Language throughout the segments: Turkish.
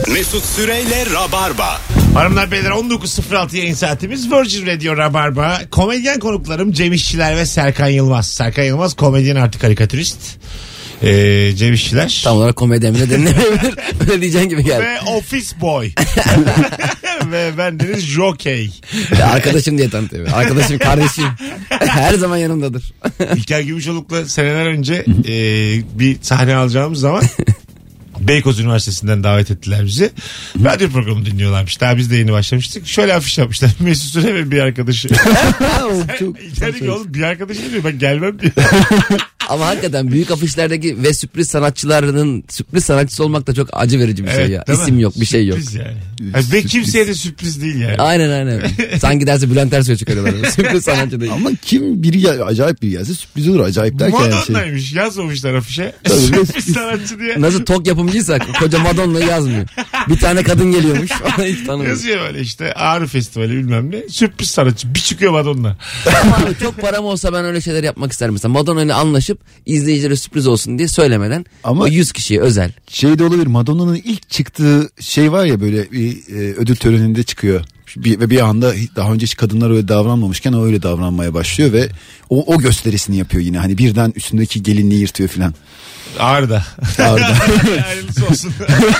Mesut Süreyle Rabarba. Hanımlar beyler 19.06 yayın saatimiz Virgin Radio Rabarba. Komedyen konuklarım Cem İşçiler ve Serkan Yılmaz. Serkan Yılmaz komedyen artı karikatürist. Cem İşçiler. Tam olarak komedyen bile denilebilir. Öyle diyeceğin gibi geldi. Ve Office Boy. Ve bendeniz Jockey. Arkadaşım diye tanıtıyor. Arkadaşım, kardeşim. Her zaman yanımdadır. İlker Gümüşoluk'la seneler önce bir sahne alacağımız zaman Beykoz Üniversitesi'nden davet ettiler bizi. Radyo programı dinliyorlarmış. Daha biz de yeni başlamıştık. Şöyle afiş yapmışlar. Mesut Süre ve bir arkadaşı. İlker ki oğlum bir arkadaşı diyor. Ben gelmem diyor. Ama hakikaten büyük afişlerdeki ve sürpriz sanatçılarının sürpriz sanatçısı olmak da çok acı verici bir şey ya. İsim yok, bir şey yok. Sürpriz yani. Ve kimseye de sürpriz değil yani. Aynen. Sanki derse Bülent Ersoy'a çıkarıyorlar. Sürpriz sanatçı değil. Ama kim biri acayip biri gelse sürpriz olur. Acayip derken Madonna'ymış. Yazmamışlar afişe. Sürpriz sanatçı diye. Nasıl tok yapımcıysa koca Madonna'yı yazmıyor. Bir tane kadın geliyormuş. Hiç tanımıyor. Yazıyor böyle işte Ağrı Festivali bilmem ne. Sürpriz sanatçı. Bir çıkıyor Madonna. Ama abi çok param olsa ben öyle şeyler yapmak isterim. Mesela Madonna'yla anlaşıp izleyicilere sürpriz olsun diye söylemeden ama o 100 kişiye özel. Şey de olabilir, Madonna'nın ilk çıktığı şey var ya, böyle bir ödül töreninde çıkıyor. Ve bir anda daha önce hiç kadınlar öyle davranmamışken o öyle davranmaya başlıyor ve o gösterisini yapıyor yine. Hani birden üstündeki gelinliği yırtıyor filan. Ağrı'da. Ayrılısı olsun.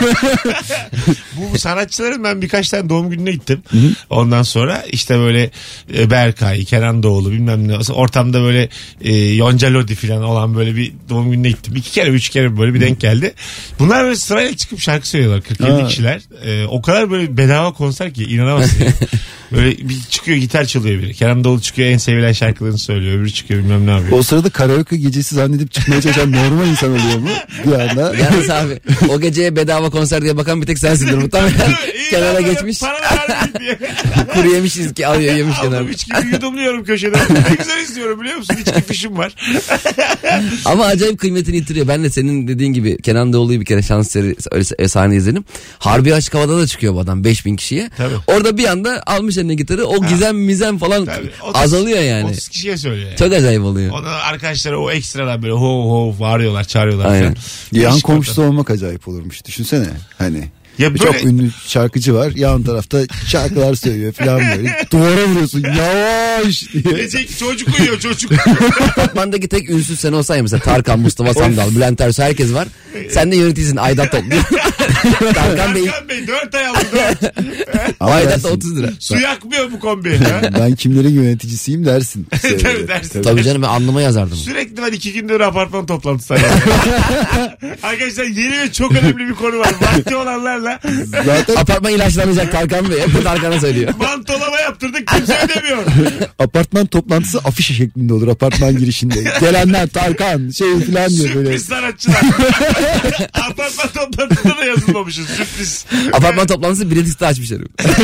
Bu sanatçıların ben birkaç tane doğum gününe gittim. Hı-hı. Ondan sonra işte böyle Berkay, Kenan Doğulu bilmem ne. Ortamda böyle Yonca Lodi falan olan böyle bir doğum gününe gittim. 2 kere 3 kere böyle bir denk geldi. Bunlar böyle sırayla çıkıp şarkı söylüyorlar. 40-50 kişiler. O kadar böyle bedava konser ki inanamazsın. Yani. Böyle bir çıkıyor gitar çalıyor biri. Kenan Doğulu çıkıyor en sevilen şarkılarını söylüyor. Öbürü çıkıyor bilmem ne yapıyor. O sırada karaoke gecesi zannedip çıkmaya çalışan normal insan oluyor mu? Bir anda. Yalnız abi o geceye bedava konser diye bakan bir tek sensindir muhtemelen. Kenara geçmiş. Kuru yemişiz ki alıyor yemiş kenara. Aldım içkiyi yudumluyorum köşeden. Ne güzel izliyorum biliyor musun? İçki fişim var. Ama acayip kıymetini yitiriyor. Ben de senin dediğin gibi Kenan Doğulu'yu bir kere şans sahne izledim. Harbi Açık Havada da çıkıyor bu adam 5000 kişiye. Tabii. Orada bir anda almış eline gitarı o gizem mizem falan azalıyor yani. 30 kişiye söylüyor yani. Çok acayip oluyor. Ona arkadaşları o ekstradan böyle ho bağırıyorlar çağırıyorlar. Aynen. Yan komşusu olmak acayip olurmuş. Düşünsene hani. Ya böyle... Çok ünlü şarkıcı var. Yan tarafta şarkılar söylüyor falan böyle. Duvara vuruyorsun yavaş diye. Çocuk uyuyor çocuk. Apartmandaki tek ünsüz sen olsaydın mesela Tarkan, Mustafa Sandal, Bülent Ersoy herkes var. Sen de yöneticisin aidat topluyor. Tarkan Bey 4 ay aldı 4. Aidat da 30 lira. Su yakmıyor bu kombi. Ben kimlerin yöneticisiyim dersin. Tabii dersin. Tabii canım ben anlama yazardım. Sürekli ben 2 gündür apartman toplantısı arkadaşlar yeni ve çok önemli bir konu var. Vakti olanlarla. Zaten apartman ilaçlanacak Tarkan Bey. Hep Tarkan'a söylüyor. Mantolama yaptırdık kimse ödemiyor. Apartman toplantısı afiş şeklinde olur apartman girişinde. Gelenler Tarkan şey falan diyor böyle. Sürpriz sanatçılar. Apartman toplantısında da yazılmamışız sürpriz. Apartman toplantısı bilet liste açmışlar.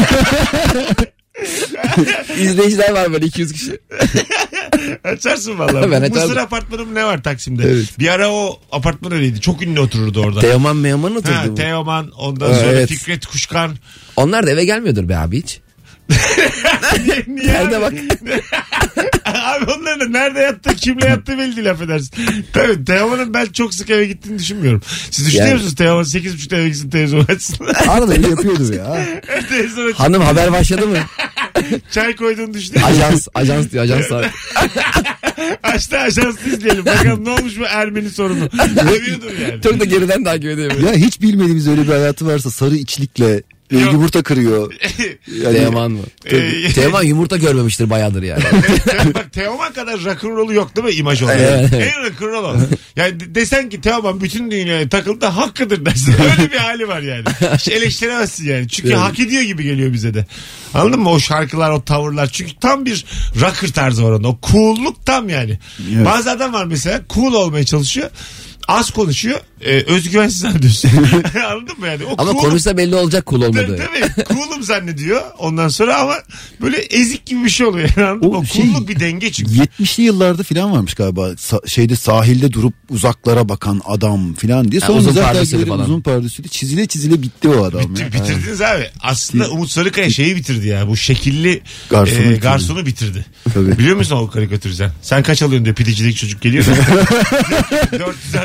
İzleyiciler var böyle 200 kişi. Açarsın vallahi. Mısır apartmanım ne var Taksim'de? Evet. Bir ara o apartman öyleydi. Çok ünlü otururdu orada. Teoman oturdu. Teoman ondan sonra evet. Fikret Kuşkan. Onlar da eve gelmiyordur be abi hiç. Niye nerede abi? Bak. Abi onların da nerede yattı kimle yattı belli değil affedersin. Tabii Teoman'ın ben çok sık eve gittiğini düşünmüyorum. Siz düşünüyor musunuz Teoman 8.30'da eve gitsin televizyon açsın? Arada öyle yapıyordur ya. Hanım haber başladı mı? Çay koyduğunu düşünüyor Ajans diyor ajans saat. Açtı ajansı izleyelim. Bakalım ne olmuş bu Ermeni sorunu. Seviyordur yani. Çok da geriden takip ediyor. Ya hiç bilmediğimiz öyle bir hayatı varsa sarı içlikle yumurta kırıyor. Yani, Teoman mı? Teoman yumurta görmemiştir bayağıdır yani. Bak Teoman kadar rock'n'roll'u yok değil mi imaj olarak? En rock'n'roll o. Yani desen ki Teoman bütün dünyaya takıldı hakkıdır dersin. Öyle bir hali var yani. Hiç eleştiremezsin yani. Çünkü hak ediyor gibi geliyor bize de. Anladın mı? O şarkılar, o tavırlar. Çünkü tam bir rocker tarzı var onda. O cool'luk tam yani. Evet. Bazı adam var mesela cool olmaya çalışıyor. Az konuşuyor. Özgüvensiz zannediyorsun. Anladın mı yani? O ama konuşsa belli olacak cool olmadığı. Tabii. Cool'um zannediyor ondan sonra ama böyle ezik gibi bir şey oluyor. Anladın mı? O cool'luk bir denge çünkü. 70'li yıllarda falan varmış galiba. Şeyde sahilde durup uzaklara bakan adam falan diye. Sonra uzun pardesülü falan. Uzun pardesülü çizile bitti o adam. Bitirdiniz abi. Aslında Umut Sarıkaya şeyi bitirdi ya. Bu şekilli garsonu bitirdi. Tabii. Biliyor musun o karikatürü sen? Sen kaç alıyorsun diyor. Pidecilik çocuk geliyor. 460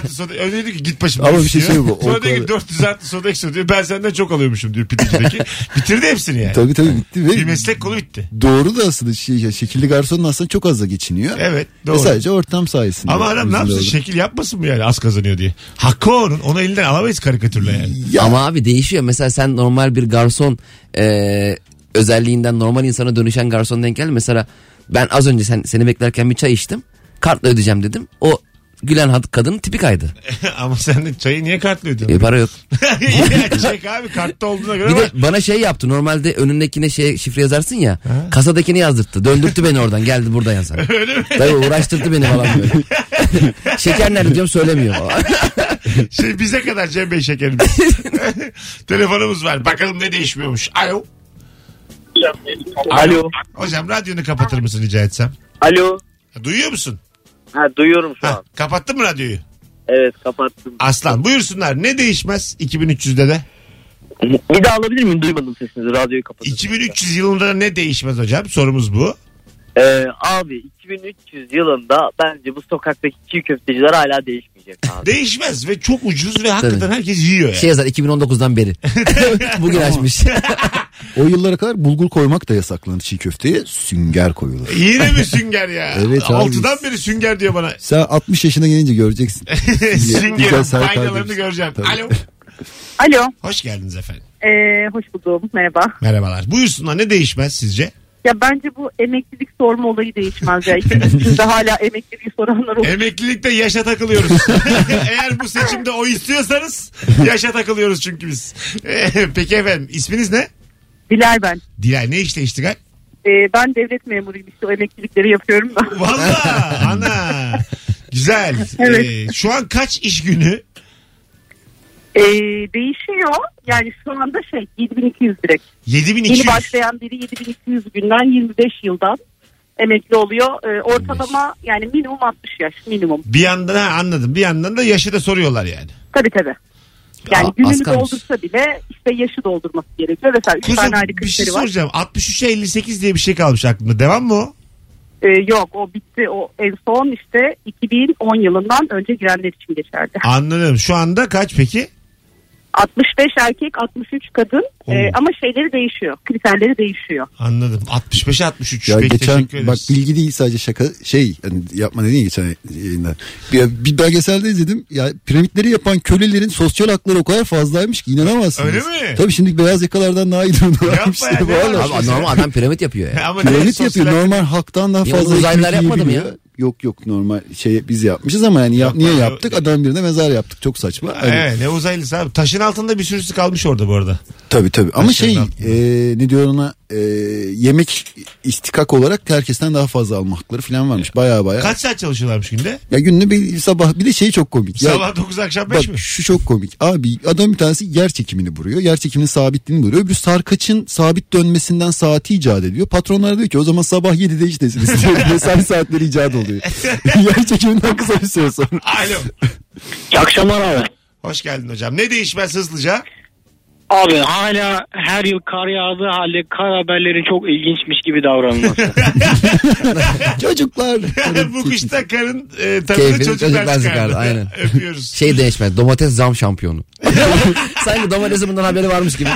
artı soda. Önce diyor ki git başımdan. Ama bir şey söyleyeyim bu. Sonra diyor ki 400 artı soda ekstra diyor. Ben senden çok alıyormuşum diyor pidecideki. Bitirdi hepsini yani. Tabii bitti. Ve bir meslek kolu bitti. doğru da aslında şekilli garsonun aslında çok az da geçiniyor. Evet doğru. Ve sadece ortam sayesinde. Ama adam ne yapsın şekil yapmasın mı yani az kazanıyor diye. Hakkı onun. Onu elinden alamayız karikatürle yani. Ya. Ama abi değişiyor. Mesela sen normal bir garson özelliğinden normal insana dönüşen garson denk gel. Mesela ben az önce seni beklerken bir çay içtim. Kartla ödeyeceğim dedim. O gülen kadının tipi kaydı. Ama sen de çayı niye kartla ödüyorsun? Para yok. Çek abi kartta olduğuna göre Bir de var. bana şey yaptı. Normalde önündekine şifre yazarsın ya. Kasadakini yazdırttı. Döndürttü beni oradan. Geldi buradan yazar. Öyle mi? Tabii uğraştırdı beni falan böyle. Şeker nerede diyorum söylemiyor falan. Bize kadar Cem Bey şekerimiz. Telefonumuz var. Bakalım ne değişmiyormuş. Alo. Alo. Hocam radyonu kapatır mısın rica etsem? Alo. Duyuyor musun? Duyuyorum şu an. Kapattın mı radyoyu? Evet kapattım. Aslan buyursunlar. Ne değişmez 2300'de de? Bir daha alabilir miyim? Duymadım sesinizi. Radyoyu kapattım. 2300 yılında ne değişmez hocam? Sorumuz bu. Abi 2300 yılında bence bu sokaktaki çiğ köfteciler hala değişmeyecek abi. Değişmez ve çok ucuz ve hakikaten herkes yiyor yani. Şey yazar 2019'dan beri. Bugün açmış. O yıllara kadar bulgur koymak da yasaklandı çiğ köfteye. Sünger koyulur. Yine mi sünger ya? Evet abi. 6'dan beri sünger diyor bana. Sen 60 yaşına gelince göreceksin. Süngerin Güzel faydalarını kardeşim. göreceğim. Tabii. Alo. Alo. Hoş geldiniz efendim. Hoş buldum. Merhaba. Merhabalar. Buyursunlar ne değişmez sizce? Ya bence bu emeklilik sorma olayı değişmez ya. İkimizde hala emekliliği soranlar olur. Emeklilikte yaşa takılıyoruz. Eğer bu seçimde oy istiyorsanız yaşa takılıyoruz çünkü biz. Peki efendim isminiz ne? Dilay ben. Dilay ne işle iştigal? Ben devlet memuruyum işte o emeklilikleri yapıyorum da. Valla ana. Güzel. Evet. Şu an kaç iş günü? Değişiyor. Yani şu anda 7200 direkt. 7200. Yeni başlayan biri 7200 günden 25 yıldan emekli oluyor. Ortalama yani minimum 60 yaş minimum. Bir yandan anladım. Bir yandan da yaşı da soruyorlar yani. Tabii. Yani gününü az kalmış. doldursa bile işte yaşı doldurması gerekiyor. Mesela 3 Kuzum tane ayrı bir şey kriteri var. soracağım. 63'e 58 diye bir şey kalmış aklımda. Devam mı o? Yok o bitti. O en son işte 2010 yılından önce girenler için geçerli. Anladım. Şu anda kaç peki? 65 erkek 63 kadın ama şeyleri değişiyor. Kriterleri değişiyor. Anladım. 65'e 63. Ya Peki, geçen teşekkür ederiz. bak bilgi değil sadece şaka yani yapma dedin ya geçen yayında. Bir belgeselde izledim. Ya piramitleri yapan kölelerin sosyal hakları o kadar fazlaymış ki inanamazsınız. Öyle mi? Tabii şimdi beyaz yakalardan daha iyi durumda varmış. Yapma ya, ne Vallahi. var? Abi normal adam piramit yapıyor ya. Ama ne Piramit sosyal yapıyor. hakları- Normal haktan daha Niye fazla. onu uzaylılar ekmek yapmadı mı yiyebiliyor. ya? Yok normal biz yapmışız ama yani niye abi, yaptık? Adam birine mezar yaptık. Çok saçma. Hani, Ne uzaylısı abi. Taşın altında bir sürüsü kalmış orada bu arada. tabii. Ama Taşların altında. ne diyor ona yemek istikak olarak herkesten daha fazla alma hakları falan varmış. Baya. Kaç saat çalışıyorlarmış günde? Ya günde bir sabah bir de şey çok komik. Ya, Sabah 9 akşam 5 bak mi? şu çok komik. Abi adam bir tanesi yer çekimini vuruyor. Yer çekiminin sabitliğini vuruyor. Öbürü sarkaçın sabit dönmesinden saati icat ediyor. Patronlar diyor ki o zaman sabah 7'de iştesiniz. Mesai saatleri icat oluyor. Yer çekiminden kısa bir süre sonra. Alo. İyi akşamlar abi. Hoş geldin hocam. Ne değişmez hızlıca? Abi hala her yıl kar yağdığı halde kar haberleri çok ilginçmiş gibi davranılması. Çocuklar. Bu kışta karın tadını Keyfini çocuklar çocuklar çıkardı. çıkardı, aynen. Öpüyoruz. Şey değişmez. Domates zam şampiyonu. Sanki domatesin bundan haberi varmış gibi.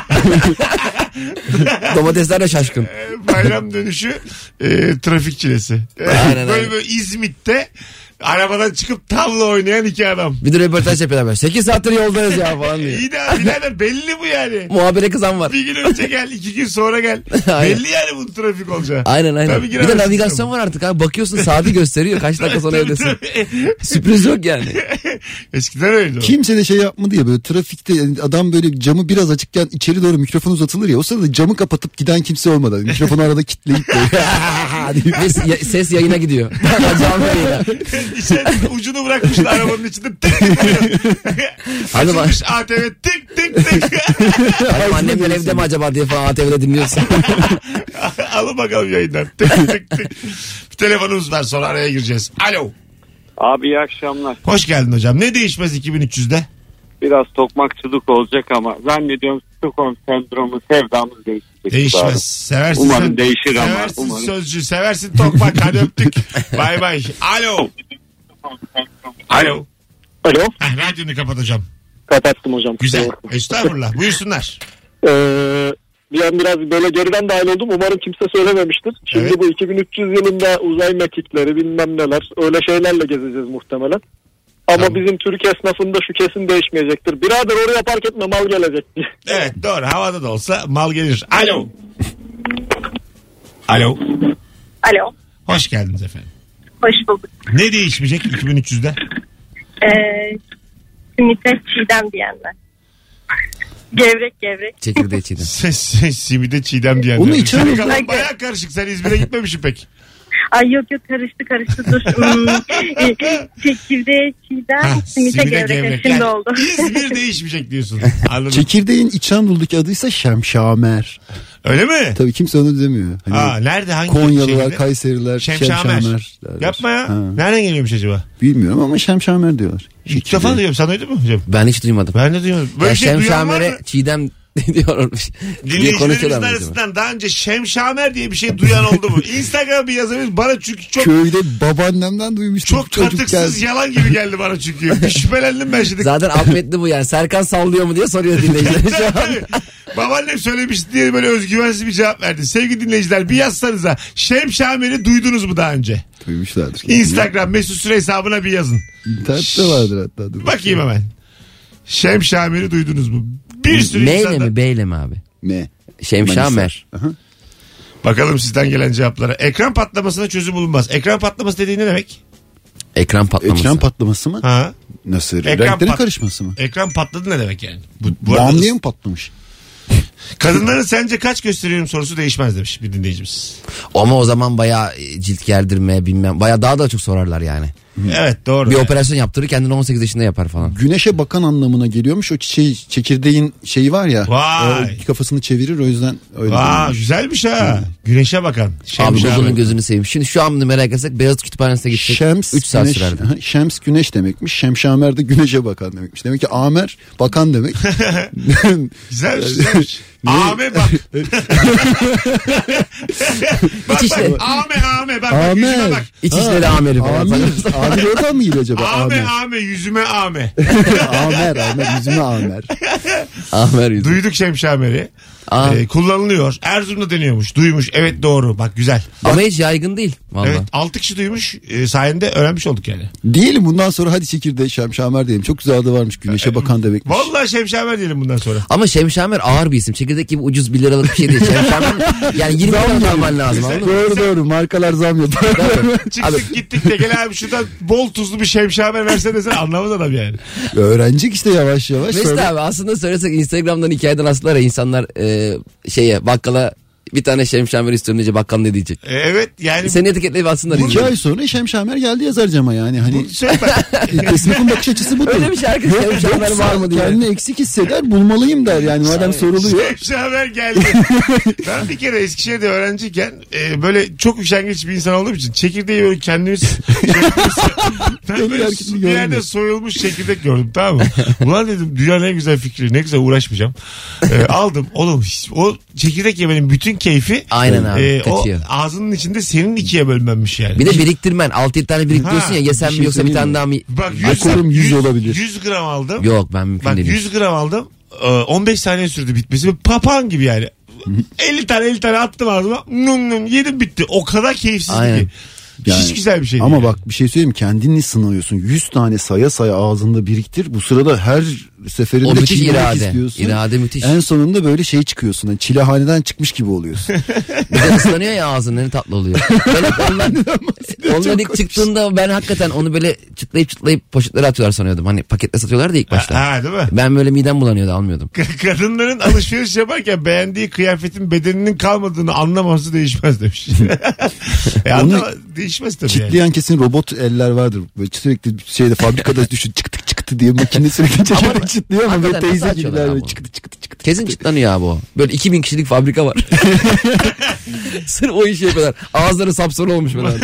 Domatesler de şaşkın. Bayram dönüşü trafik çilesi. Aynen, böyle aynen. böyle İzmit'te arabadan çıkıp tavla oynayan iki adam. Bir de röportaj yapıyorlar böyle. 8 saattir yoldayız ya falan diyor. İyi de abi birader belli bu yani. Muhabire kızan var. Bir gün önce gel, 2 gün sonra gel. Aynen. Belli yani bu trafik olacağı. Aynen. Tabii Bir de giremezsin navigasyon var artık abi. Bakıyorsun saati gösteriyor. Kaç dakika sonra Tabii, evdesin. tabii. Sürpriz yok yani. Eskiden öyleydi o. Kimse de şey yapmadı ya böyle trafikte yani adam böyle camı biraz açıkken içeri doğru mikrofon uzatılır ya o sırada camı kapatıp giden kimse olmadı. Mikrofonu arada kilitleyip böyle. Ve ses yayına gidiyor. Canlı yayına. İçeride ucunu bırakmışlar arabanın içinde tık tık. Hadi bak. Açılmış ATV tık tık tık. Benim annemler evde mi acaba diye falan ATV'de dinliyorsun. Alın bakalım yayından. Tık tık tık. Bir telefonumuz var sonra araya gireceğiz. Alo. Abi iyi akşamlar. Hoş geldin hocam. Ne değişmez 2300'de? Biraz tokmakçılık olacak ama zannediyorum Stockholm sendromu sevdamız değişecek. Değişmez. Seversin Umarım sen. değişir ama. Seversin Umarım. sözcü. Seversin tokmak. Hadi öptük. Bay bay. Alo. Alo. Alo. Radyonu kapat hocam. Kapattım hocam. Güzel. Estağfurullah. Buyursunlar. Ben biraz böyle geriden dahil oldum. Umarım kimse söylememiştir. Şimdi evet. Bu 2300 yılında uzay mekikleri bilmem neler öyle şeylerle gezeceğiz muhtemelen. Ama tamam. Bizim Türk esnafında şu kesin değişmeyecektir. Birader oraya park etme, mal gelecek. Evet doğru, havada da olsa mal gelir. Alo. Alo. Alo. Hoş geldiniz efendim. Hoş bulduk. Ne değişmeyecek 2300'de? Simite çiğdem diyenler. Gevrek. Çekirdeği çiğdem. Simide çiğdem diyenler. Onu içerim. Bayağı karışık. Sen İzmir'e gitmemişsin pek. Ay yok karıştı dur. Çekirdeği çiğdem, simite gevrek. Şimdi oldu. İzmir değişmeyecek diyorsun. Anladım. Çekirdeğin İç Anadolu'daki adıysa Şemşamer. Öyle mi? Tabii kimse onu demiyor. Hani nerede, hangi Konyalılar, şehirde? Kayseriler Şemşamer. Yapma ya. Nereden geliyormuş acaba? Bilmiyorum ama Şemşamer diyorlar. İlk defa duyuyorum. Sen duydun mu hocam? Ben hiç duymadım. Ben de duymadım. Böyle şey duyan var mı? Çiğdem diyormuş. Dinleyicilerimizin arasından daha önce Şemşamer diye bir şey duyan oldu mu? Instagram'a bir yazabiliriz. Bana çünkü çok... Köyde babaannemden duymuştum. Çok katıksız yalan gibi geldi bana çünkü. Bir şüphelendim ben şimdi. Zaten Ahmetli bu yani. Serkan sallıyor mu diye soruyor dinleyiciler şu an. Babaannem söylemiş diye böyle özgüvensiz bir cevap verdi. Sevgili dinleyiciler bir yazsanıza. Şemşamer'i duydunuz mu daha önce? Duymuşlardır. Instagram Mesut Süre hesabına bir yazın. İnternette vardır hatta. Dur bakayım hemen. Şemşamer'i duydunuz mu? Bir sürü M insandan. ile mi B ile mi abi? M. Şemşamer. Bakalım sizden gelen cevaplara. Ekran patlamasına çözüm bulunmaz. Ekran patlaması dediğin ne demek? Ekran patlaması. Ekran patlaması mı? Ha. Nasıl? Renklerin karışması mı? Ekran patladı ne demek yani? Bamliye mi patlamış? Kadınların sence kaç gösteriyorum sorusu değişmez demiş bir dinleyicimiz. Ama o zaman bayağı cilt gerdirme bilmem. Bayağı daha da çok sorarlar yani. Evet doğru. Bir operasyon yaptırır kendini 18 yaşında yapar falan. Güneşe bakan anlamına geliyormuş. O çekirdeğin şeyi var ya. Vay. Kafasını çevirir o yüzden öyle. Vay güzelmiş ha. Güneşe bakan. Abi Google'ın gözünü seveyim. Şimdi şu an merak etsek Beyazıt Kütüphanesi'ne gitsek 3 saat güneş, sürerdi. Şems güneş demekmiş. Şemşamer de güneşe bakan demekmiş. Demek ki Amer bakan demek. Güzelmiş. Ame bak. bak. Ame bak. Ame. Yüzüme bak. İçişleri amiri falan. Amir oradan mı geliyor acaba? Ame yüzüme ame. Amer yüzüme Amer. Amer yüzüme. Duyduk Şemşamer'i. Kullanılıyor. Erzurum'da deniyormuş. Duymuş. Evet doğru. Bak güzel. Ama hiç yaygın değil. Vallahi. Evet 6 kişi duymuş. Sayende öğrenmiş olduk yani. Diyelim bundan sonra hadi çekirdeği Şemşamer diyelim. Çok güzel adı varmış. Güneşe bakan demekmiş. Vallahi Şemşamer diyelim bundan sonra. Ama Şemşamer ağır bir isim. Çekirdek gibi ucuz 1 liralık bir şey değil. Şemşamer yani 20 lira alman lazım. Doğru markalar zam yapıyor. Çıktık gittik de gel abi şuradan bol tuzlu bir Şemşamer versene desen anlamaz adam yani. Öğrenecek işte yavaş. Mesut abi aslında söylesek Instagram'dan hikayeden astılar ya insanlar bakkala bir tane Şemşamer istiyorum diyecek bakkal ne diyecek. Evet yani. Seni etiketleyip aslında 2 ay sonra Şemşamer geldi yazar cama yani. Hani esnafın bakış açısı budur. Öyle bir şarkı Şemşamer var mı diye. Kendini eksik hisseder bulmalıyım der yani madem soruluyor. Şemşamer geldi. Ben bir kere Eskişehir'de öğrenciyken böyle çok üşengeç bir insan olduğum için çekirdeği böyle kendimiz ben böyle bir yerde soyulmuş çekirdek gördüm tamam mı? Ulan dedim dünyanın en güzel fikri ne güzel uğraşmayacağım. Aldım oğlum o çekirdek yemenin bütün keyfi aynen abi kaçıyor. O ağzının içinde senin 2'ye bölmenmiş yani. Bir de biriktirmen 6-7 tane biriktiriyorsun ya yesem mi yoksa bir tane daha mı? Bak 100 olabilir. 100 gram aldım. Yok ben mümkün değilim. 100 gram aldım 15 saniye sürdü bitmesi. Papağan gibi yani. 50 tane attım ağzıma. Yedim bitti. O kadar keyifsizdi ki. Yani, hiç güzel bir şey değil. Ama bak bir şey söyleyeyim kendini sınıyorsun. 100 tane saya ağzında biriktir. Bu sırada her seferinde çiğnemek istiyorsun. İrade müthiş. En sonunda böyle çıkıyorsun. Yani çilehaneden çıkmış gibi oluyorsun. Bir de ıslanıyor ya ağzın ne tatlı oluyor. Onlar ilk çıktığında ben hakikaten onu böyle çıtlayıp poşetlere atıyorlar sanıyordum. Hani paketle satıyorlar da ilk başta. Ha değil mi? Ben böyle midem bulanıyordu almıyordum. Kadınların alışveriş yaparken beğendiği kıyafetin bedeninin kalmadığını anlaması değişmez demiş. Değişmez tabii çitleyen yani. Kesin robot eller vardır. Böyle sürekli fabrikada düşün çıktı diye makine sürekli çıtlıyor ama böyle teyze gibiler böyle çıktı. Kesin çıtlanıyor abi o. Böyle 2000 kişilik fabrika var. Sırf o işi yapıyorlar. Ağızları sapsarı olmuş böyle.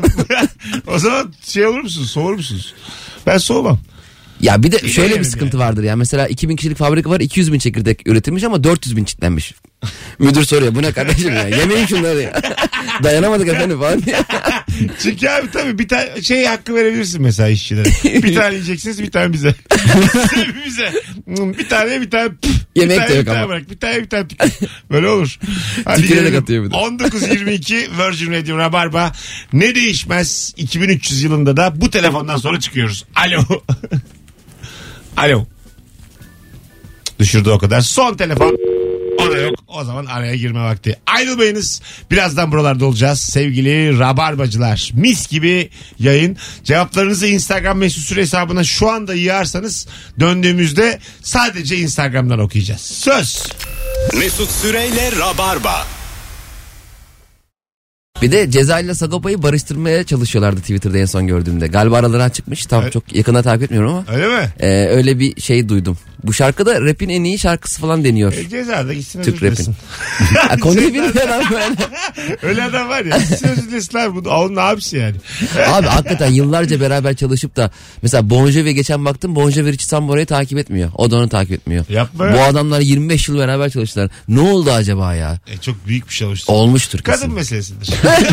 O zaman olur musunuz? Soğur musunuz? Ben soğumam. Ya bir de şöyle bir sıkıntı vardır ya. Mesela 2000 kişilik fabrika var 200 bin çekirdek üretilmiş ama 400 bin çitlenmiş. Müdür soruyor bu ne kardeşim ya yemeyin şunları ya. Dayanamadık efendim falan diye. Çünkü abi tabii bir tane şey hakkı verebilirsin mesela işçilere. Bir tane yiyeceksiniz bir tane bize. Bize. Bir tane Yemek de yok ama. Bırak. Bir tane tükür. Böyle olur. Hadi Tükürerek atıyor bir de. 19.22 Virgin Radio Rabarba. Ne değişmez 2300 yılında da bu telefondan sonra çıkıyoruz. Alo. Alo. Düşürdü o kadar. Son telefon. O da yok. O zaman araya girme vakti. Ayrılmayınız. Birazdan buralarda olacağız. Sevgili Rabarbacılar. Mis gibi yayın. Cevaplarınızı Instagram mesut süre hesabına şu anda yığarsanız döndüğümüzde sadece Instagram'dan okuyacağız. Söz. Mesut Süreyle Rabarba. Bir de Ceza ile Sagopa'yı barıştırmaya çalışıyorlardı Twitter'da en son gördüğümde. Galiba araları çıkmış. Tam Evet. çok yakında takip etmiyorum ama. Öyle mi? Öyle bir şey duydum. Bu şarkıda rap'in en iyi şarkısı falan deniyor. Cezada gitsin Türk özür dilesin. Konuyu bilmiyorum böyle. Öyle adam var ya. Gitsin özür dilesin abi. Bu onun abisi yani. Abi hakikaten yıllarca beraber çalışıp da mesela Bon Jovi'ye geçen baktım Bon Jovi Richie Sambora'yı takip etmiyor. O da onu takip etmiyor. Yapma ya. Bu adamlar 25 yıl beraber çalıştılar. Ne oldu acaba ya? Çok büyük bir şey olmuştur. Olmuştur kesin. Kadın meselesidir.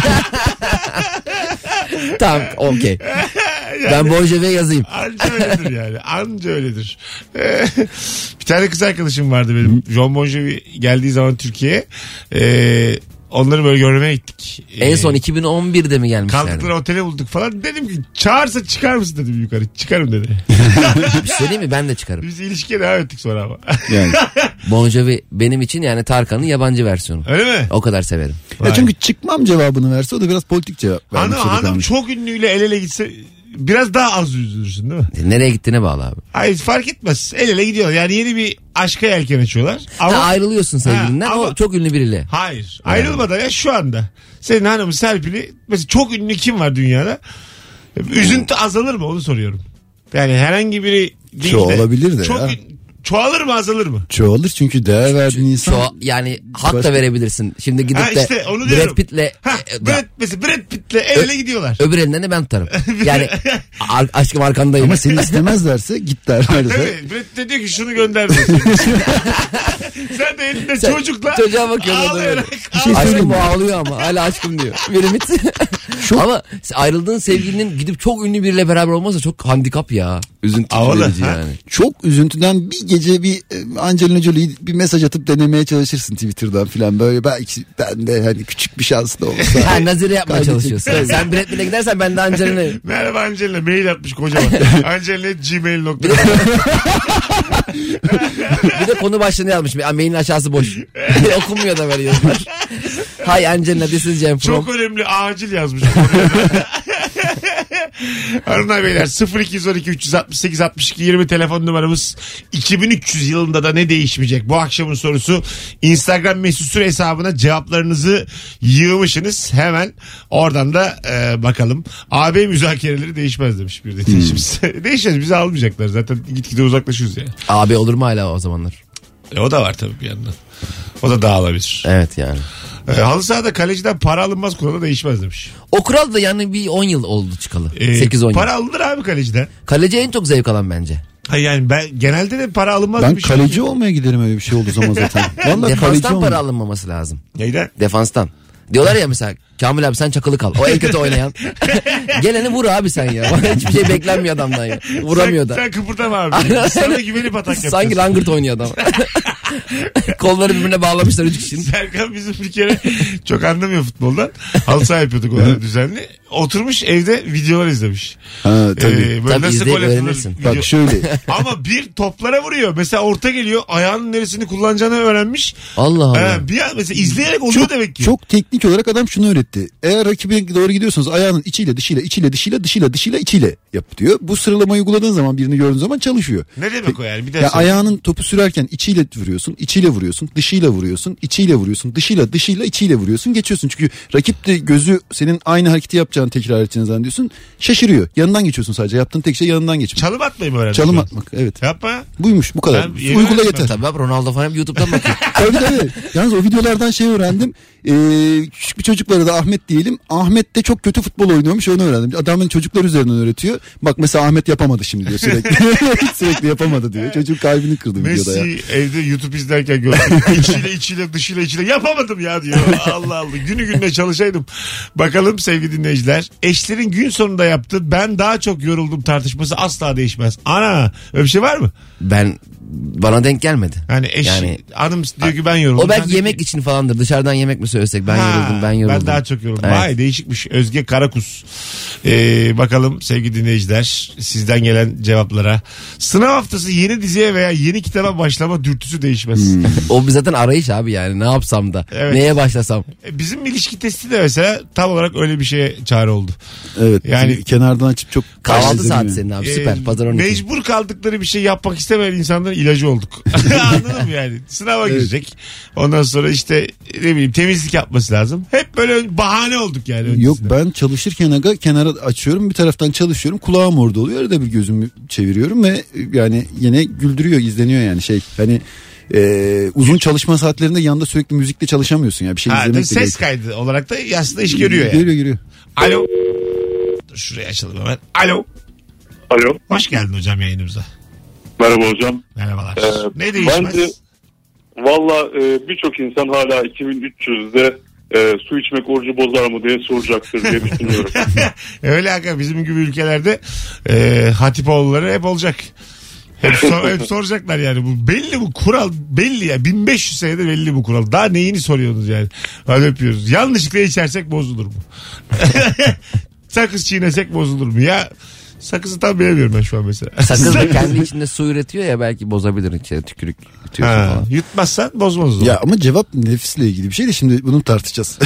Tamam okey. Ben Bon Jovi'ye yazayım. Anca öyledir yani. Anca öyledir. Bir tane kız arkadaşım vardı benim. John Bon Jovi geldiği zaman Türkiye'ye. Onları böyle görmeye gittik. En son 2011'de mi gelmişler? Kalktılar otele bulduk falan. Dedim ki çağırsa çıkar mısın dedim yukarı. Çıkarım dedi. Bir şey diyeyim mi? Ben de çıkarım. Biz ilişkiye devam ettik sonra ama. Yani. Bon Jovi benim için yani Tarkan'ın yabancı versiyonu. Öyle mi? O kadar severim. Ya çünkü çıkmam cevabını verse o da biraz politik cevap vermiş. Hanım çok ünlüyle el ele gitse biraz daha az üzülürsün değil mi? Nereye gittiğine bağlı abi. Hayır fark etmez. El ele gidiyorlar. Yani yeni bir aşka yelken açıyorlar. Ama ayrılıyorsun sevgilinden ama- o çok ünlü biriyle. hayır. Ayrılmadan ya şu anda. Senin hanımın Serpil'i mesela çok ünlü kim var dünyada? Üzüntü azalır mı onu soruyorum. Yani herhangi biri değil Çoğalabilir de çok ya. çoğalır mı azalır mı? Çoğalır çünkü değer verdiğin insan. Yani hak da verebilirsin. Şimdi gidip de işte onu Brad diyorum. Pitt'le Brad Pitt'le el ele gidiyorlar. öbür elinden de ben tutarım. Yani aşkım arkandayım. Ama seni istemezlerse git derlerse. Tabii. Brad de diyor ki şunu gönder diyor. Sen de elinde Sen çocukla çocuğa bakıyorsun. ağlayarak. Aşkım bu ağlıyor ama hala aşkım diyor. Bir ümit. Ama ayrıldığın sevgilinin gidip çok ünlü biriyle beraber olmazsa çok handikap ya. Üzüntü Havalı, verici ha? yani. Çok üzüntüden bir gece bir Angelina Jolie'yi bir mesaj atıp denemeye çalışırsın Twitter'dan filan böyle belki ben de hani küçük bir şans da olsa. Ha, nazire yapmaya Kaydedecek. çalışıyorsun. Sen Brad Pitt'le gidersen ben de Angelina. Merhaba Angelina mail atmış kocaman. Angelina@gmail.com. Bir de konu başlığını yazmış. Mailin aşağısı boş. Okunmuyor da böyle yazılar. Hi Angelina this is Cem from. Çok önemli acil yazmış. Hanımlar beyler 0212 368 62 20 telefon numaramız. 2300 yılında da ne değişmeyecek? Bu akşamın sorusu. Instagram mesut süre hesabına cevaplarınızı yığmışsınız. Hemen oradan da bakalım. AB müzakereleri değişmez demiş bir dinleyicimiz. Değişmez, bizi almayacaklar zaten, gitgide uzaklaşıyoruz yani. Abi olur mu hala o zamanlar? O da var tabii bir yandan. O da dağılabilir. Evet yani. Halı sahada kaleciden para alınmaz kuralı değişmez demiş. O kural da yani bir 10 yıl oldu çıkalı. 8-10 yıl. Para alınır abi kaleciden. Kaleci en çok zevk alan bence. Hayır yani ben genelde de para alınmaz Ben bir şey. kaleci olmaya giderim öyle bir şey olduğu zaman zaten. Vallahi kaleci Defanstan para olmaya. alınmaması lazım. Neyden? Defanstan. Diyorlar ya mesela Kamil abi sen çakılı kal. O en kötü oynayan. Geleni vur abi sen ya. Hiçbir şey beklenmiyor adamdan ya. Vuramıyor da. Sen kıpırdama abi. Sana güvenip atak yapacağız. Sanki langırt oynuyor adam. Kolları birbirine bağlamışlar 3 kişinin. Serkan bizim bir kere çok anlamıyor futboldan. Halı saha yapıyorduk onları düzenli. Oturmuş evde videolar izlemiş. Ha, tabii. Böyle Tabii nasıl izleyip gol atılır öğrenirsin. video. Bak şöyle. Ama bir toplara vuruyor. Mesela orta geliyor. Ayağının neresini kullanacağını öğrenmiş. Allah Allah. Bir an mesela izleyerek oluyor demek ki. Çok teknik olarak adam şunu öğretti. Eğer rakibe doğru gidiyorsanız ayağının içiyle içiyle yap diyor. Bu sıralamayı uyguladığın zaman birini gördüğün zaman çalışıyor. Ne demek o yani? Bir daha Ya söyle. ayağının topu sürerken içiyle vuruyorsun, dışıyla vuruyorsun, içiyle vuruyorsun, dışıyla, içiyle vuruyorsun, geçiyorsun. Çünkü rakip de gözü senin aynı hareketi yapacak yapacağını tekrar edeceğini zannediyorsun. Şaşırıyor. Yanından geçiyorsun sadece. Yaptığın tek şey yanından geçmek. Çalım atmayı mı öğrendin? Çalım atmak, evet. Yapma. Buymuş, bu kadar. Uygula yeter. Tabii abi, Ronaldo falan YouTube'dan bakıyor. Tabii. Yalnız o videolardan şey öğrendim. Küçük bir çocuk var da Ahmet diyelim. Ahmet de çok kötü futbol oynuyormuş, onu öğrendim. Adamın çocuklar üzerinden öğretiyor. Bak mesela Ahmet yapamadı şimdi diyor sürekli. Sürekli yapamadı diyor. Çocuk kalbini kırdı videoda ya. Messi evde YouTube izlerken gördüm. İçiyle dışıyla yapamadım ya diyor. Allah Allah, günü gününe çalışaydım. Bakalım sevgili dinleyiciler. Eşlerin gün sonunda yaptığı ben daha çok yoruldum tartışması asla değişmez. Ana, öyle bir şey var mı? Bana denk gelmedi. Yani hanım diyor ki ben yoruldum. O belki yemek için falandır. Dışarıdan yemek mi söylesek ben yoruldum. Ben daha çok yoruldum. Evet. Vay, değişikmiş. Özge Karakus. Bakalım sevgili dinleyiciler sizden gelen cevaplara. Sınav haftası yeni diziye veya yeni kitaba başlama dürtüsü değişmez. O zaten arayış abi yani. Ne yapsam da. Evet. Neye başlasam. Bizim ilişki testi de mesela tam olarak öyle bir şeye çare oldu. Evet. Yani kenardan açıp çok Kahvaltı saati senin abi, süper. Pazar 12. Mecbur kaldıkları bir şey yapmak istemeyen insanların ilacı olduk. Anladın mı yani? Sınava girecek. Ondan sonra işte ne bileyim temizlik yapması lazım. Hep böyle bahane olduk yani. Öncesinde. Yok, ben çalışırken kenara açıyorum, bir taraftan çalışıyorum, kulağım orada oluyor, arada bir gözümü çeviriyorum ve yani yine güldürüyor, izleniyor yani hani uzun çalışma saatlerinde yanında sürekli müzikle çalışamıyorsun ya, bir şey izlemek de ses kaydı olarak da aslında iş görüyor yani. Görüyor. Alo. Dur şurayı açalım hemen. Alo. Alo. Hoş geldin hocam yayınımıza. Merhaba hocam. Merhabalar. Ne değişmez? Bence valla birçok insan hala 2300'de su içmek orucu bozar mı diye soracaktır diye düşünüyorum. Öyle aga, bizim gibi ülkelerde Hatipoğulları hep olacak. Hep soracaklar yani. Bu belli, bu kural belli ya. 1500 senede belli bu kural. Daha neyini soruyorsunuz yani? Hadi öpüyoruz. Yanlışlıkla içersek bozulur mu? Sakız çiğnesek bozulur mu? Ya sakızı tam bilemiyorum ben şu an mesela. Sakız da kendi içinde su üretiyor ya, belki bozabilir, içine tükürük yutuyorsun falan. Yutmazsan bozmaz o. Ya ama cevap nefisle ilgili bir şey de şimdi bunu tartışacağız.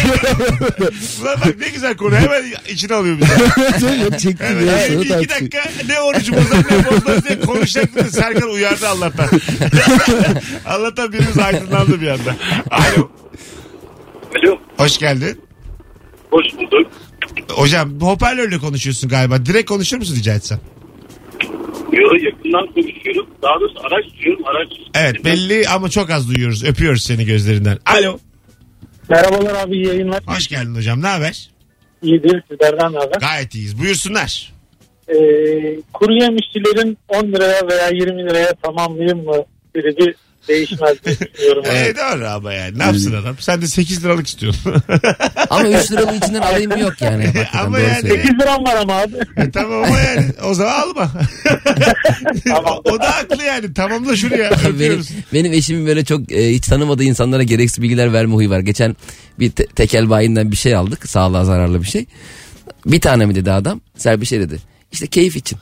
Ulan bak ne güzel konu, hemen içine alıyor bizi. Yok, çektim Evet, ya, yani sana 2 dakika ne orucu bozar ne bozmaz diye konuşacaktı. Serkan uyardı Allah'tan. Allah'tan birimiz aydınlandı bir anda. Alo. Alo. Hoş geldin. Hoş bulduk. Hocam hoparlörle konuşuyorsun galiba. Direkt konuşur musun rica etsem? Yok, yakından konuşuyorum. Daha doğrusu araç sürüyorum. Evet belli ama çok az duyuyoruz. Öpüyoruz seni gözlerinden. Alo. Merhabalar abi, iyi yayınlar. Hoş geldin hocam, ne haber? İyidir, sizlerden ne haber? Gayet iyiyiz. Buyursunlar. Kuru yemişçilerin 10 liraya veya 20 liraya tamamlayayım mı süreci değişmez diye düşünüyorum. Doğru ama yani. Ne yapsın adam? Sen de 8 liralık istiyorsun. Ama 3 liralık içinden alayım yok yani. Ama doğru yani- söylüyor. 8 liram var ama abi. Tamam ama yani o zaman alma. o da haklı yani. Tamamla şuraya. Öpüyoruz. Benim eşimin böyle çok hiç tanımadığı insanlara gereksiz bilgiler verme huyu var. Geçen bir tekel bayinden bir şey aldık. Sağlığa zararlı bir şey. Bir tane mi dedi adam? Ser bir şey dedi. İşte keyif için.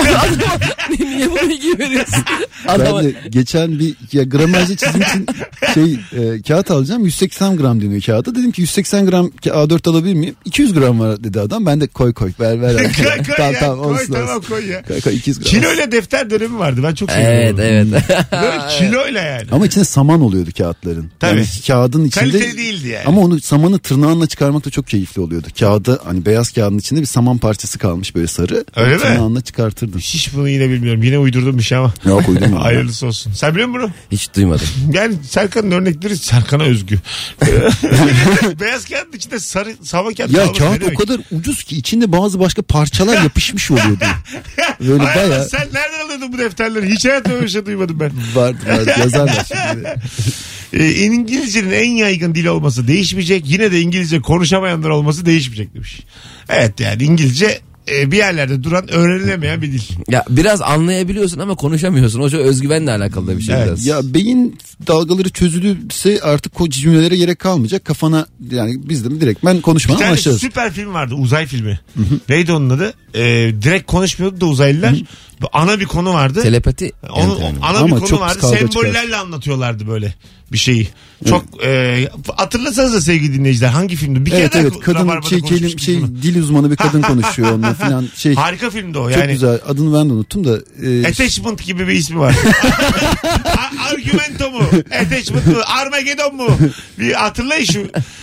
Niye bu bilgiyi veriyorsun? Ben de geçen bir gramajlı çizim için kağıt alacağım. 180 gram deniyor kağıda. Dedim ki 180 gram A4 alabilir miyim? 200 gram var dedi adam. Ben de koy ver. Koy tamam, koy olsun. koy ya. Koy 200 gram. Kiloyla defter dönemi vardı. Ben çok seviyorum. Evet. Böyle kiloyla yani. Ama içinde saman oluyordu kağıtların. Tabii. Yani kağıdın içinde. Kaliteli değildi yani. Ama onu samanı tırnağınla çıkarmak da çok keyifli oluyordu. Kağıdı hani beyaz kağıdın içinde bir saman parçası kalmış böyle sarı. Öyle mi? Tırnağınla çıkartırdın. Hiç bunu yine bilmiyorum. Yine uydurdum bir şey ama. Yok, uydurmadım. Hayırlısı olsun. Sen biliyor musun bunu? Hiç duymadım. Yani Serkan'ın örnekleri Serkan'a özgü. Beyaz kağıdın içinde sarı saman kağıt. Ya kalmış. Ne kağıt demek? o kadar ucuz ki içinde bazı başka parçalar yapışmış oluyordu. Böyle Ay Allah, bayağı sen nereden alıyordun bu defterleri? Hiç hayatımda öyle bir şey duymadım ben. vardı yazarlar şimdi. İngilizcenin en yaygın dil olması değişmeyecek. Yine de İngilizce konuşamayanlar olması değişmeyecek demiş. Evet yani İngilizce bir yerlerde duran, öğrenilemeyen bir dil. Ya biraz anlayabiliyorsun ama konuşamıyorsun. O çok özgüvenle alakalı da bir şey Evet. biraz. Ya beyin dalgaları çözülürse artık o cümlelere gerek kalmayacak. Kafana yani biz de direkt ben Bir konuşmaya tane başlarız. süper film vardı, uzay filmi. Neydi onun adı? Direkt konuşmuyordu da uzaylılar. Ana bir konu vardı. Telepati. Ana Ama bir konu çok vardı. kavga Sembollerle çıkar. anlatıyorlardı böyle bir şeyi. Çok hatırlasanıza sevgili dinleyiciler, hangi filmdi? Bir Evet kere kadın Rabarba'da konuşmuştuk bunu. dil uzmanı bir kadın konuşuyor onunla falan Harika filmdi o çok yani. güzel, adını ben de unuttum da Attachment gibi bir ismi var. Argumento mu? Attachment mu? Armageddon mu? Bir hatırlayın şu.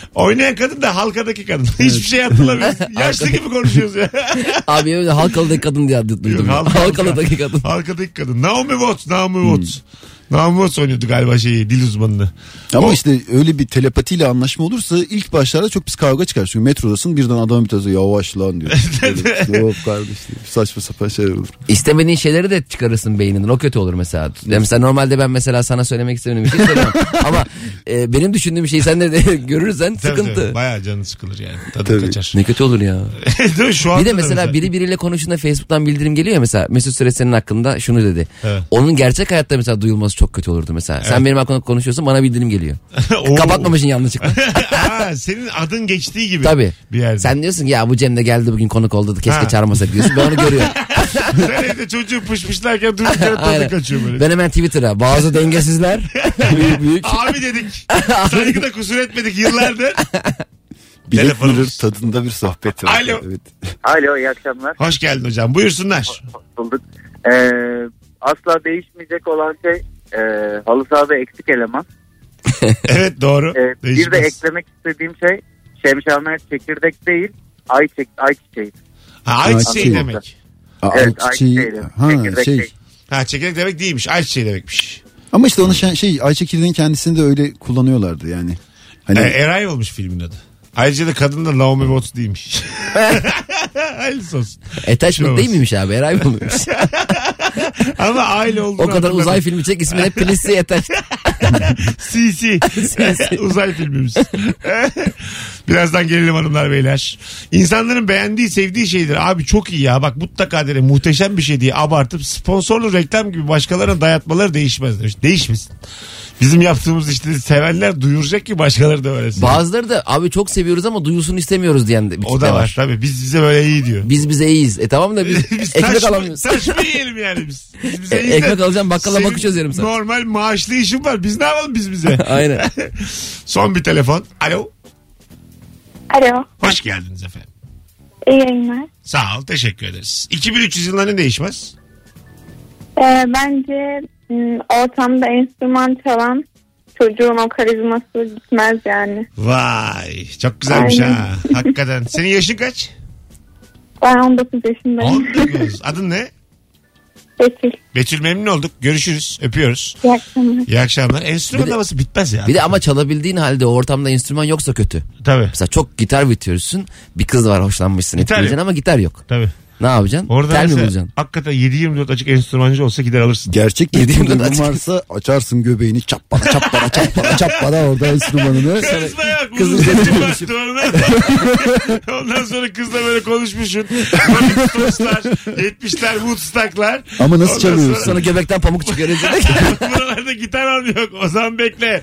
Oynayan kadın da halkadaki kadın. Hiçbir şey hatırlamıyorsun. Yaşlı gibi konuşuyoruz ya. Abi öyle Halkalı'daki kadın diye duydum. Halkalı'daki kadın. Halkadaki kadın. Naomi Watts. Naomi Watts oynuyordu galiba dil uzmanını. Ama işte öyle bir telepatiyle anlaşma olursa ilk başlarda çok pis kavga çıkar. Çünkü metrodasın birden adam bir tanesi yavaş lan diyor. Yok kardeş diyor. Saçma sapan şeyler olur. İstemediğin şeyleri de çıkarırsın beyninden. O kötü olur mesela. Mesela normalde ben mesela sana söylemek istediğim bir şey söylemem. Ama benim düşündüğüm şeyi sen de görürsen sıkıntı. Tabii. Bayağı canın sıkılır yani. Tadı kaçar. Ne kötü olur ya. Değil mi? Şu anda bir de mesela biri biriyle konuştuğunda Facebook'tan bildirim geliyor ya mesela. Mesut Süre senin hakkında şunu dedi. Evet. Onun gerçek hayatta mesela duyulması çok kötü olurdu mesela. Evet. Sen benim hakkında konuşuyorsun, bana bildirim geliyor. Kapatmamışsın yanlışlıkla. Senin adın geçtiği gibi. Tabii. Bir yerde. Sen diyorsun ki ya bu Cem de geldi bugün konuk oldu da keşke çağırmasak diyorsun. Ben onu görüyorum. Sen evde çocuğu pışmışlarken durduk yere tadı kaçıyor böyle. Ben hemen Twitter'a bazı dengesizler. büyük. Abi dedik. Saygıda kusur etmedik yıllardır. Bilek bilir tadında bir sohbet var. Alo. Evet. Alo, iyi akşamlar. Hoş geldin hocam. Buyursunlar. Hoş bulduk. Asla değişmeyecek olan şey halı sahada eksik eleman. Evet doğru. Bir de eklemek istediğim şey Şemşamer çekirdek değil, ayçiçeği. Ayçiçeği demek. Evet, ayçiçeği demek. Çekirdek değil. Çekirdek demek değilmiş. Ayçiçeği demekmiş. Ama işte onu ay çekirdeğin kendisini de öyle kullanıyorlardı yani. Hani... Eray olmuş filmin adı. Ayrıca da kadın da Naomi Watts değilmiş. Hayırlısı olsun. Attachment değil miymiş abi? Eray mı olmuş? Ama aile olduğunu o kadar uzay filmi çek ismi hep Please Attachment. CC. Uzay filmimiz. Birazdan gelelim hanımlar beyler. İnsanların beğendiği sevdiği şeydir. Abi çok iyi ya bak mutlaka derim muhteşem bir şey diye abartıp sponsorlu reklam gibi başkalarına dayatmaları değişmez demiş. Değişmesin. Bizim yaptığımız işte sevenler duyuracak ki başkaları da öyle. Bazıları da abi çok seviyoruz ama duyulsun istemiyoruz diyen bir o da var. Tabii biz bize böyle iyi diyor. Biz bize iyiyiz. Tamam da biz ekmek alamıyoruz. Taş mı yiyelim yani biz? Biz bize iyiyiz. Ekmek alacağım bakkala bakı çözerim sana. Normal maaşlı işim var. Biz ne yapalım biz bize? Aynen. Son bir telefon. Alo. Alo. Hoş geldiniz efendim. İyi yayınlar. Sağ ol teşekkür ederiz. 2300 yılında ne değişmez? Bence ortamda enstrüman çalan çocuğun o karizması gitmez yani. Vay çok güzelmiş ha. Hakikaten. Senin yaşın kaç? Ben 19 yaşındayım. 19. Adın ne? Betül. Betül memnun olduk. Görüşürüz. Öpüyoruz. İyi akşamlar. İyi akşamlar. Enstrüman havası bitmez ya. Bir de ama çalabildiğin halde o ortamda enstrüman yoksa kötü. Tabii. Mesela çok gitar bitiyorsun. Bir kız var hoşlanmışsın. Etkileyeceksin ama gitar yok. Tabii. Ne yapacaksın? Orada tel mi bulacaksın? Hakikaten 7-24 açık enstrümancı olsa gider alırsın. Gerçek bir duygun varsa açarsın göbeğini çappara orada enstrümanını. Kızın sesi ondan sonra kızla böyle konuşmuşsun. Woodstock'lar, 70'ler Woodstock'lar. Ama nasıl çalıyorsun? Sonra göbekten pamuk çıkıyor. Buralarda gitar al yok. O zaman bekle.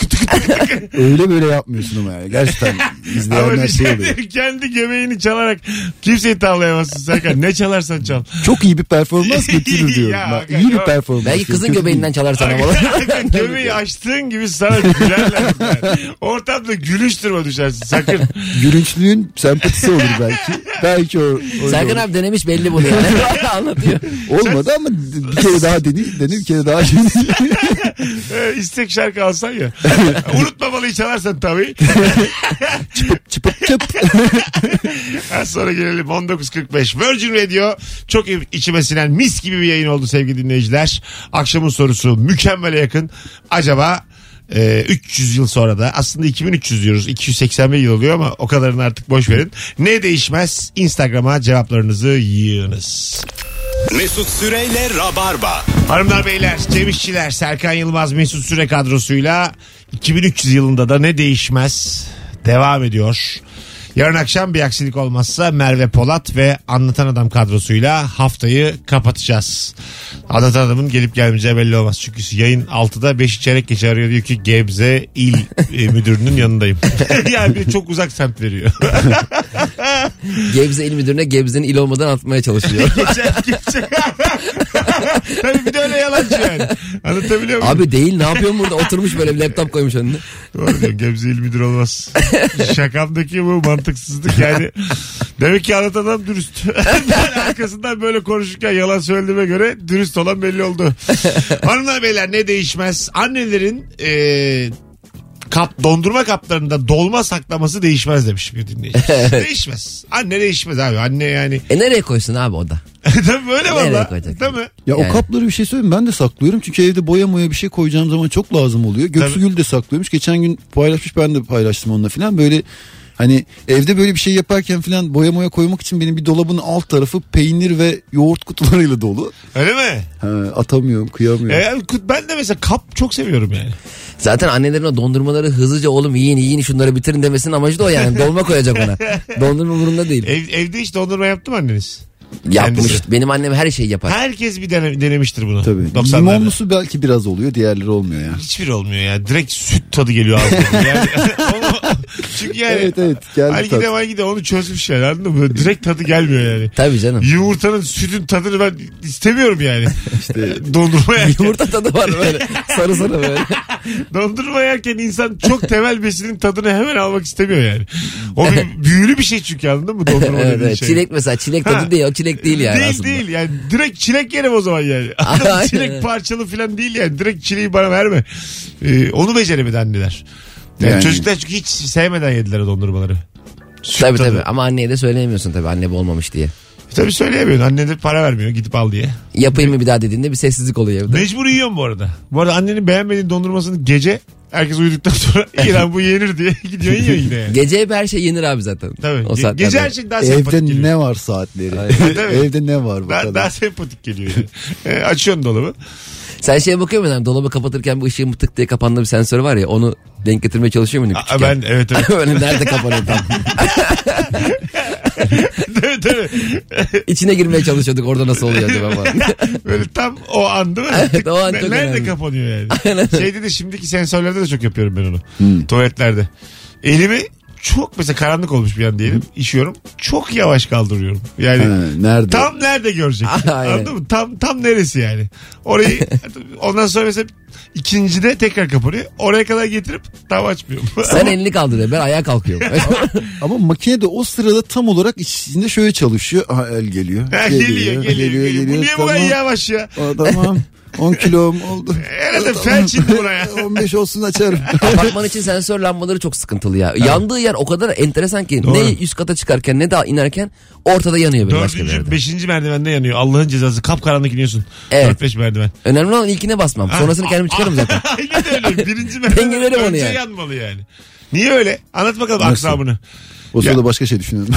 Öyle böyle yapmıyorsun ama ya. Gerçekten izleyenler şey oluyor. Kendi göbeğini çalarak kimseyi tavlayamazsın Serkan. Ne çalarsan çal. Çok iyi bir performans getirir diyorum. Ya, iyi bir performans. Belki kızın göbeğinden çalarsan ama. Göbeği açtığın gibi sana gülerler. Ortamda gülüş duruma düşersin sakın. Gülünçlüğün sempatisi olur belki. Belki o Serkan abi denemiş belli bunu yani. Anlatıyor. Olmadı ama bir kere daha dene bir kere daha İstek şarkı alsan ya. Unutmamalıyı çalarsan tabii. çıpıp çıp. Az sonra gelelim 19.45 Virgin Radio çok içime sinen mis gibi bir yayın oldu sevgili dinleyiciler. Akşamın sorusu mükemmele yakın. Acaba 300 yıl sonra da aslında 2300 diyoruz 281 yıl oluyor ama o kadarını artık boş verin. Ne değişmez? Instagram'a cevaplarınızı yığınız. Mesut Süreyle Rabarba. Hanımlar beyler Cem İşçiler Serkan Yılmaz Mesut Süre kadrosuyla 2300 yılında da ne değişmez devam ediyor. Yarın akşam bir aksilik olmazsa Merve Polat ve Anlatan Adam kadrosuyla haftayı kapatacağız. Anlatan Adam'ın gelip gelmeyeceği belli olmaz. Çünkü yayın 6'da 5 çeyrek geçe arıyor diyor ki Gebze İl Müdürü'nün yanındayım. Yani çok uzak semt veriyor. Gebze İl Müdürü'ne Gebze'nin il olmadan atmaya çalışıyor. Geçecek. Tabii bir de öyle yalancı yani. Anlatabiliyor muyum? Abi değil ne yapıyorsun burada oturmuş böyle bir laptop koymuş önüne. Doğru diyor Gebze İl Müdür olmaz. Şakamdaki bu mantıksızlık yani. Demek ki Anlatan Adam dürüst. Ben arkasından böyle konuşurken yalan söylediğime göre dürüst olan belli oldu. Hanımlar beyler ne değişmez? Annelerin dondurma kaplarında dolma saklaması değişmez demiş bir dinleyici. Değişmez. Anne değişmez abi. Anne yani. Nereye koysun abi o da? Tabii böyle valla. Değil mi? Ya Yani. o kapları bir şey söyleyeyim, ben de saklıyorum. Çünkü evde boya bir şey koyacağım zaman çok lazım oluyor. Göksu Gül de saklıyormuş. Geçen gün paylaşmış, ben de paylaştım onunla falan. Böyle hani evde böyle bir şey yaparken falan boya koymak için benim bir dolabın alt tarafı peynir ve yoğurt kutularıyla dolu. Öyle mi? Atamıyorum, kıyamıyorum. Ben de mesela kap çok seviyorum yani. Zaten annelerin o dondurmaları hızlıca oğlum yiyin şunları bitirin demesinin amacı da o yani. Dolma koyacak ona. Dondurma burunda değil. Evde hiç dondurma yaptı mı anneniz? Yapmış. Kendisi. Benim annem her şeyi yapar. Herkes bir denemiştir bunu. Tabii. 90'larda. Limonlusu belki biraz oluyor, diğerleri olmuyor ya. Hiçbiri olmuyor ya. Direkt süt tadı geliyor ağzına. Yani çünkü yani evet, Algide onu çözmüş yani, anladın mı? Direkt tadı gelmiyor yani. Tabii canım. Yumurtanın sütün tadını ben istemiyorum yani. İşte dondurma yerken. Yumurta tadı var böyle. Sarı böyle. Dondurma yerken insan çok temel besinin tadını hemen almak istemiyor yani. O büyülü bir şey çünkü, anladın mı? Dondurma evet. şey. Çilek mesela, çilek tadı değil, o çilek değil yani aslında. Değil yani, direkt çilek yerim o zaman yani. Çilek parçalı falan değil yani, direkt çileği bana verme. Onu beceremedi anneler. Yani çocuklar çünkü hiç sevmeden yediler o dondurmaları. Tabii ama anneye de söyleyemiyorsun tabii, anne bu olmamış diye. Tabii söyleyemiyorsun, anne de para vermiyor gidip al diye. Yapayım mı bir daha dediğinde bir sessizlik oluyor evde. Mecbur yiyorum bu arada. Bu arada annenin beğenmediğin dondurmasını gece herkes uyuduktan sonra İran bu yenir diye gidiyor yiyor yine yani. Gece hep her şey yenir abi zaten. Tabii. O gece her şey daha sempatik evde geliyor. Ne var saatleri. Evde ne var bu kadar. Daha sempatik geliyor yani. Açıyorsun dolabı. Sen şeye bakıyor musun? Dolabı kapatırken bu ışığın tık diye kapandığı bir sensör var ya, onu denk getirmeye çalışıyor muydun küçükken? Ben evet. Böyle nerede kapanıyor tam? Tabii. İçine girmeye çalışıyorduk, orada nasıl oluyor acaba falan. Böyle tam o an değil mi? Evet, o an çok nerede önemli. Kapanıyor yani? Şeyde de, şimdiki sensörlerde de çok yapıyorum ben onu. Tuvaletlerde. Elimi çok mesela karanlık olmuş bir an diyelim, işiyorum. Çok yavaş kaldırıyorum. Yani nerede? Tam nerede görecek? Anladın mı? Tam neresi yani? Orayı ondan sonra mesela ikincide tekrar kapanıyor. Oraya kadar getirip tam açmıyorum. Sen elini kaldırıyor, ben ayağa kalkıyorum. Ama makine de o sırada tam olarak içinde şöyle çalışıyor. El geliyor. Geliyor. Bu niye bu kadar yavaş ya? Tamam. 10 kilom oldu. Herhalde felç indi buraya. 15 olsun açarım. Apartman için sensör lambaları çok sıkıntılı ya. Evet. Yandığı yer o kadar enteresan ki. Doğru. Ne üst kata çıkarken ne daha inerken ortada yanıyor. 4. 5. merdivende yanıyor. Allah'ın cezası. Kapkaranlık iniyorsun. Evet. 4-5 merdiven. Önemli olan ilkine basmam. Sonrasını kendim çıkarım zaten. Aynen öyle. 1. merdiven önce yani. Yanmalı yani. Niye öyle? Anlat bakalım aksabını. O sırada başka şey düşünüyorum.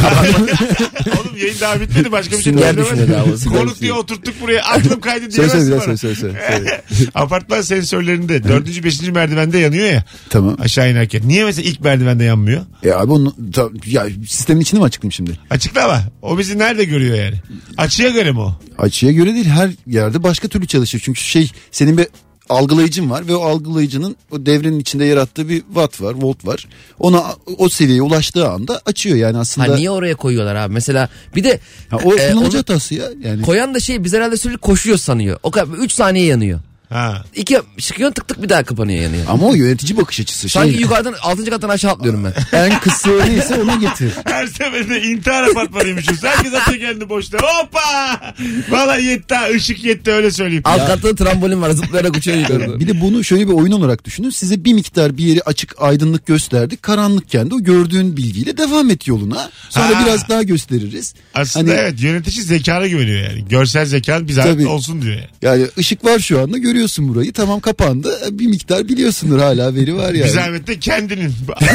Oğlum yayın daha bitmedi, başka bir şey düşünüyorum. Konuk diye oturttuk buraya, aklım kaydı diyemezsin bana. Söyle. Apartman sensörlerinde 4. 5. merdivende yanıyor ya. Tamam. Aşağı inerken. Niye mesela ilk merdivende yanmıyor? Abi onu sistemin içini mi açıklayayım şimdi? Açıkla ama. O bizi nerede görüyor yani? Açıya göre mi o? Açıya göre değil, her yerde başka türlü çalışır. Çünkü senin bir algılayıcın var ve o algılayıcının o devrenin içinde yarattığı bir watt var, volt var. Ona o seviyeye ulaştığı anda açıyor yani aslında. Niye oraya koyuyorlar abi? Mesela bir de o kullanıcı hatası ya. Yani. Koyan da biz herhalde sürekli koşuyor sanıyor. O kadar 3 saniye yanıyor. Ha. 2 çıkıyor, tık bir daha kapanıyor, yanıyor. Ama o yönetici bakış açısı. Sanki yukarıdan 6. kattan aşağı atlıyorum ben. En kısa neyse onu getir. Her seferinde intihar apartmanıymışız. Herkes atıyor kendini boşta. Hoppa! Valla yetti ha. Işık yetti, öyle söyleyeyim. Alt katta trambolin var, zıplayarak uçuyor yukarıda. Bir de bunu şöyle bir oyun olarak düşünün. Size bir miktar bir yeri açık, aydınlık gösterdik. Karanlıkken de o gördüğün bilgiyle devam et yoluna. Sonra biraz daha gösteririz. Aslında evet, yönetici zekana güveniyor yani. Görsel zekan bir zahmet olsun diyor yani. Yani ışık var şu anda, görüyorsun burayı. Tamam, kapandı. Bir miktar biliyorsundur, hala veri var yani. Bir zahmet de kendinin.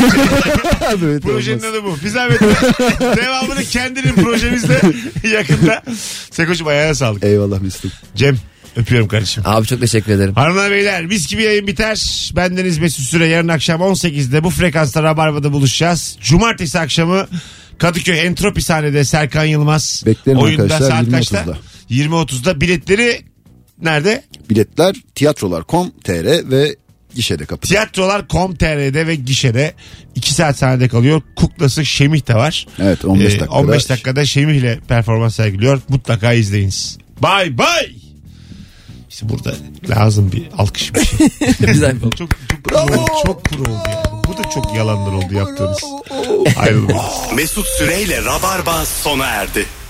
Projenin adı bu. Bir zahmet de devamını kendinin projemizde yakında. Sekoş'um ayağına sağlık. Eyvallah Mesut. Cem, öpüyorum kardeşim. Abi çok teşekkür ederim. Hanımlar beyler, mis gibi yayın biter. Bendeniz Mesut Süre, yarın akşam 18'de bu frekansta Rabarba'da buluşacağız. Cumartesi akşamı Kadıköy Entropi sahnede Serkan Yılmaz. Beklerim oyunda arkadaşlar, saat kaçta? 20.30'da. Biletleri nerede? Biletler tiyatrolar.com.tr ve gişede kapıda. Tiyatrolar.com.tr'de ve gişede 2 saat sahnede kalıyor. Kuklası Şemih de var. Evet, 15 dakikada. 15 dakikada Şemih ile performans sergiliyor. Mutlaka izleyiniz. Bye bye. İşte burada lazım bir alkış bir şey. Güzel. Çok kuru oldu yani. Bu da çok yalanlar oldu yaptığınız. Ayrılmayın. Mesut Süre ile Rabarba sona erdi.